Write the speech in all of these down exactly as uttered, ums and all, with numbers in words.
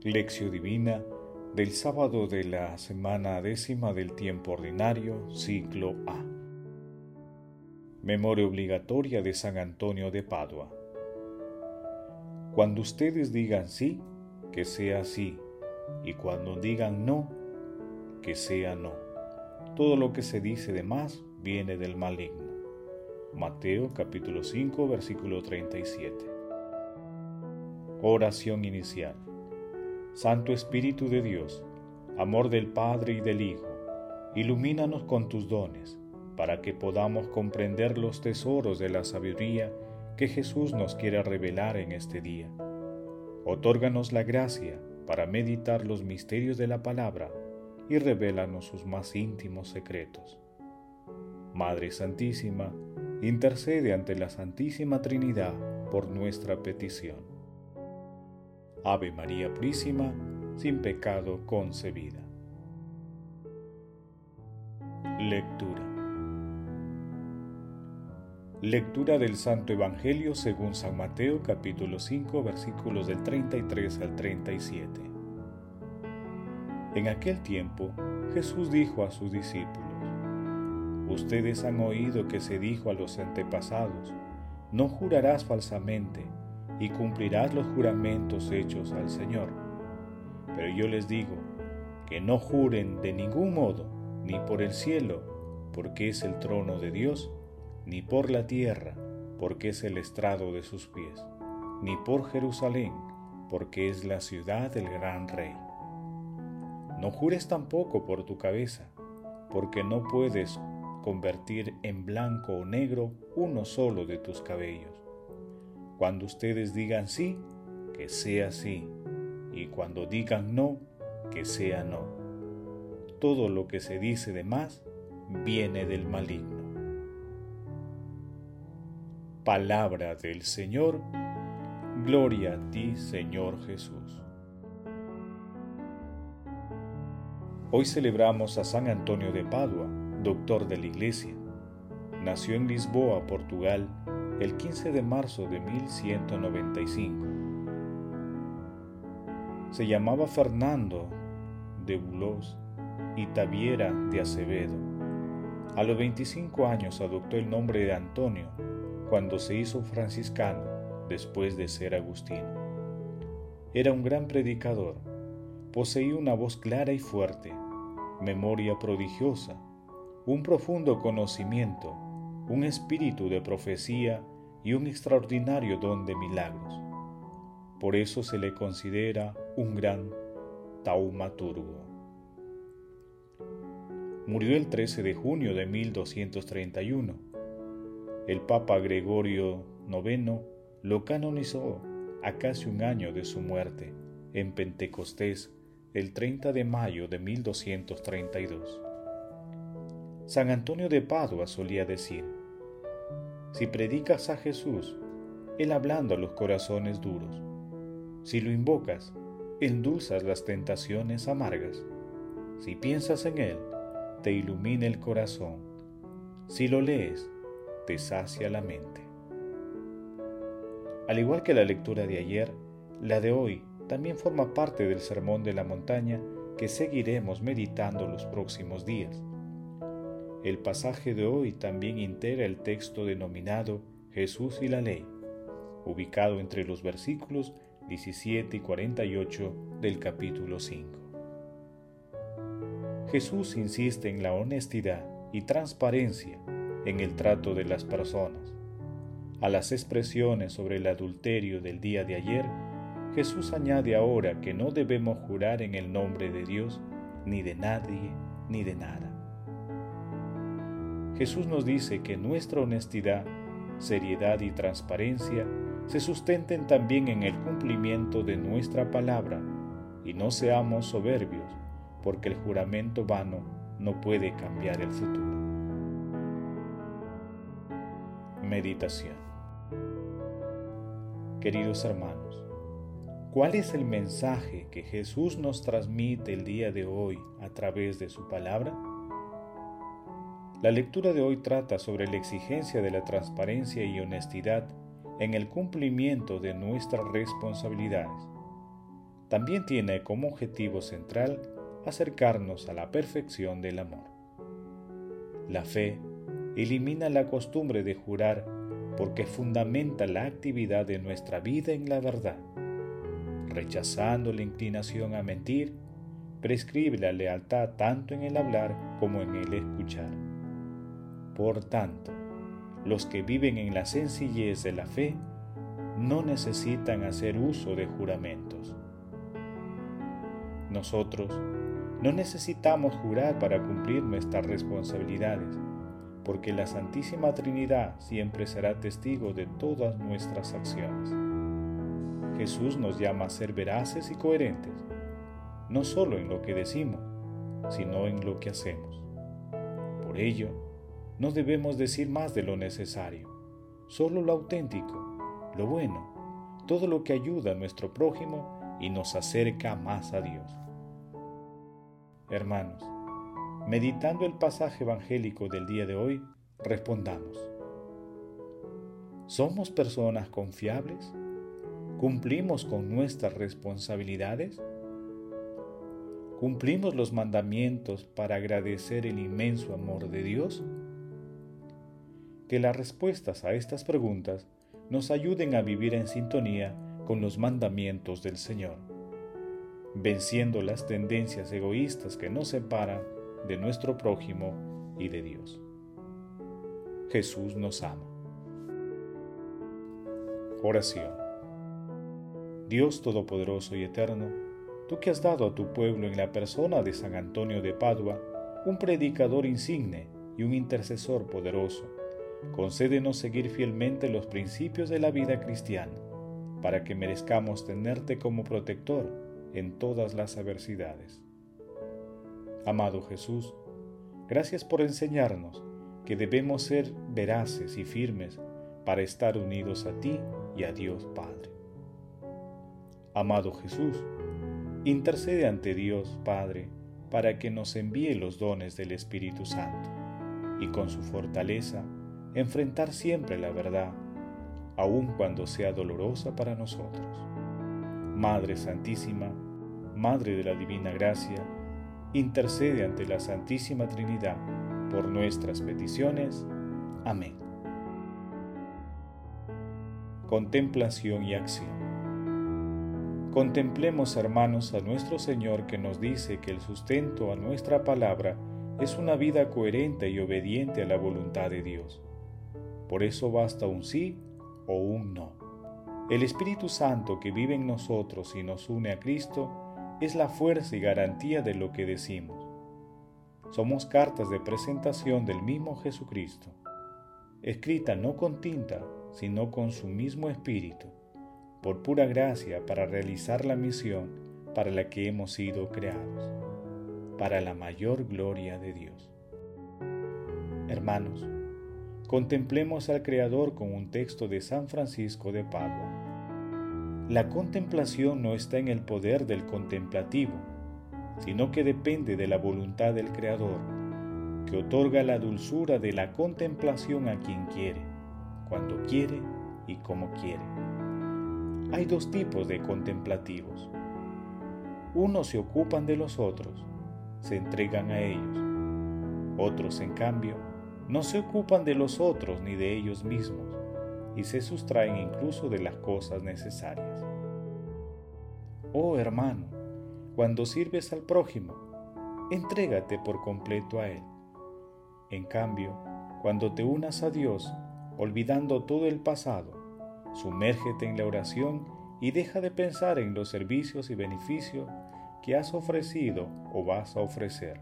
Lección Divina del sábado de la semana décima del tiempo ordinario, ciclo A. Memoria obligatoria de San Antonio de Padua. Cuando ustedes digan sí, que sea sí, y cuando digan no, que sea no. Todo lo que se dice de más viene del maligno. Mateo capítulo cinco, versículo treinta y siete. Oración inicial. Santo Espíritu de Dios, amor del Padre y del Hijo, ilumínanos con tus dones, para que podamos comprender los tesoros de la sabiduría que Jesús nos quiere revelar en este día. Otórganos la gracia para meditar los misterios de la palabra y revélanos sus más íntimos secretos. Madre Santísima, intercede ante la Santísima Trinidad por nuestra petición. Ave María Purísima, sin pecado concebida. Lectura. Lectura del Santo Evangelio según San Mateo, capítulo cinco, versículos del treinta y tres al treinta y siete. En aquel tiempo, Jesús dijo a sus discípulos: Ustedes han oído que se dijo a los antepasados: No jurarás falsamente, y cumplirás los juramentos hechos al Señor. Pero yo les digo, que no juren de ningún modo, ni por el cielo, porque es el trono de Dios, ni por la tierra, porque es el estrado de sus pies, ni por Jerusalén, porque es la ciudad del gran Rey. No jures tampoco por tu cabeza, porque no puedes convertir en blanco o negro uno solo de tus cabellos. Cuando ustedes digan sí, que sea sí, y cuando digan no, que sea no. Todo lo que se dice de más viene del maligno. Palabra del Señor. Gloria a ti, Señor Jesús. Hoy celebramos a San Antonio de Padua, doctor de la Iglesia. Nació en Lisboa, Portugal, el quince de marzo de mil ciento noventa y cinco. Se llamaba Fernando de Bulós y Taviera de Acevedo. A los veinticinco años adoptó el nombre de Antonio cuando se hizo franciscano después de ser agustino. Era un gran predicador, poseía una voz clara y fuerte, memoria prodigiosa, un profundo conocimiento, un espíritu de profecía y un extraordinario don de milagros. Por eso se le considera un gran taumaturgo. Murió el trece de junio de mil doscientos treinta y uno. El Papa Gregorio noveno lo canonizó a casi un año de su muerte, en Pentecostés, el treinta de mayo de mil doscientos treinta y dos. San Antonio de Padua solía decir: Si predicas a Jesús, Él ablanda los corazones duros. Si lo invocas, endulzas las tentaciones amargas. Si piensas en Él, te ilumina el corazón. Si lo lees, te sacia la mente. Al igual que la lectura de ayer, la de hoy también forma parte del Sermón de la Montaña que seguiremos meditando los próximos días. El pasaje de hoy también integra el texto denominado Jesús y la Ley, ubicado entre los versículos diecisiete y cuarenta y ocho del capítulo cinco. Jesús insiste en la honestidad y transparencia en el trato de las personas. A las expresiones sobre el adulterio del día de ayer, Jesús añade ahora que no debemos jurar en el nombre de Dios, ni de nadie, ni de nada. Jesús nos dice que nuestra honestidad, seriedad y transparencia se sustenten también en el cumplimiento de nuestra palabra y no seamos soberbios, porque el juramento vano no puede cambiar el futuro. Meditación. Queridos hermanos, ¿cuál es el mensaje que Jesús nos transmite el día de hoy a través de su palabra? La lectura de hoy trata sobre la exigencia de la transparencia y honestidad en el cumplimiento de nuestras responsabilidades. también tiene como objetivo central acercarnos a la perfección del amor. La fe elimina la costumbre de jurar porque fundamenta la actividad de nuestra vida en la verdad. Rechazando la inclinación a mentir, prescribe la lealtad tanto en el hablar como en el escuchar. Por tanto, los que viven en la sencillez de la fe no necesitan hacer uso de juramentos. Nosotros no necesitamos jurar para cumplir nuestras responsabilidades, porque la Santísima Trinidad siempre será testigo de todas nuestras acciones. Jesús nos llama a ser veraces y coherentes, no solo en lo que decimos, sino en lo que hacemos. Por ello, no debemos decir más de lo necesario, solo lo auténtico, lo bueno, todo lo que ayuda a nuestro prójimo y nos acerca más a Dios. Hermanos, meditando el pasaje evangélico del día de hoy, respondamos: ¿somos personas confiables? ¿Cumplimos con nuestras responsabilidades? ¿Cumplimos los mandamientos para agradecer el inmenso amor de Dios? Que las respuestas a estas preguntas nos ayuden a vivir en sintonía con los mandamientos del Señor, venciendo las tendencias egoístas que nos separan de nuestro prójimo y de Dios. Jesús nos ama. Oración. Dios Todopoderoso y Eterno, tú que has dado a tu pueblo en la persona de San Antonio de Padua un predicador insigne y un intercesor poderoso, concédenos seguir fielmente los principios de la vida cristiana, para que merezcamos tenerte como protector en todas las adversidades. Amado Jesús, gracias por enseñarnos que debemos ser veraces y firmes para estar unidos a ti y a Dios Padre. Amado Jesús, intercede ante Dios Padre para que nos envíe los dones del Espíritu Santo y con su fortaleza enfrentar siempre la verdad, aun cuando sea dolorosa para nosotros. Madre Santísima, Madre de la Divina Gracia, intercede ante la Santísima Trinidad por nuestras peticiones. Amén. Contemplación y acción. Contemplemos, hermanos, a nuestro Señor, que nos dice que el sustento a nuestra palabra es una vida coherente y obediente a la voluntad de Dios. Por eso basta un sí o un no. El Espíritu Santo que vive en nosotros y nos une a Cristo es la fuerza y garantía de lo que decimos. Somos cartas de presentación del mismo Jesucristo, escrita no con tinta, sino con su mismo Espíritu, por pura gracia para realizar la misión para la que hemos sido creados, para la mayor gloria de Dios. Hermanos, contemplemos al Creador con un texto de San Francisco de Padua. La contemplación no está en el poder del contemplativo, sino que depende de la voluntad del Creador, que otorga la dulzura de la contemplación a quien quiere, cuando quiere y como quiere. Hay dos tipos de contemplativos. Unos se ocupan de los otros, se entregan a ellos. Otros, en cambio, no se ocupan de los otros ni de ellos mismos, y se sustraen incluso de las cosas necesarias. Oh hermano, cuando sirves al prójimo, entrégate por completo a él. En cambio, cuando te unas a Dios, olvidando todo el pasado, sumérgete en la oración y deja de pensar en los servicios y beneficios que has ofrecido o vas a ofrecer.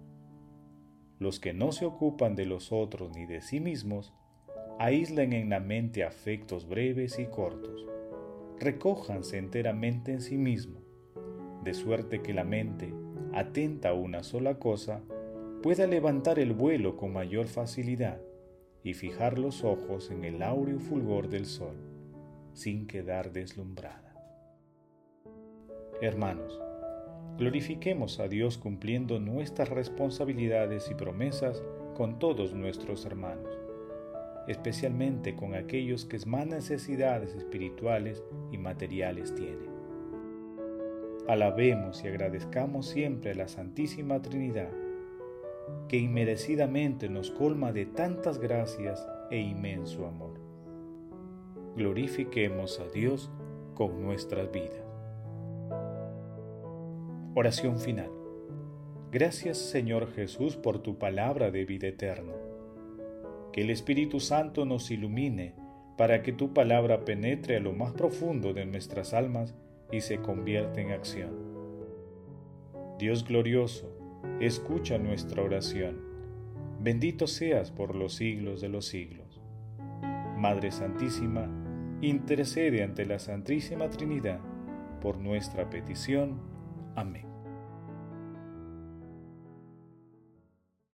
Los que no se ocupan de los otros ni de sí mismos, aíslan en la mente afectos breves y cortos. Recójanse enteramente en sí mismos, de suerte que la mente, atenta a una sola cosa, pueda levantar el vuelo con mayor facilidad y fijar los ojos en el áureo fulgor del sol, sin quedar deslumbrada. Hermanos, glorifiquemos a Dios cumpliendo nuestras responsabilidades y promesas con todos nuestros hermanos, especialmente con aquellos que más necesidades espirituales y materiales tienen. alabemos y agradezcamos siempre a la Santísima Trinidad, que inmerecidamente nos colma de tantas gracias e inmenso amor. Glorifiquemos a Dios con nuestras vidas. Oración final. Gracias, Señor Jesús, por tu palabra de vida eterna. Que el Espíritu Santo nos ilumine para que tu palabra penetre a lo más profundo de nuestras almas y se convierta en acción. Dios glorioso, escucha nuestra oración. Bendito seas por los siglos de los siglos. Madre Santísima, intercede ante la Santísima Trinidad por nuestra petición. Amén.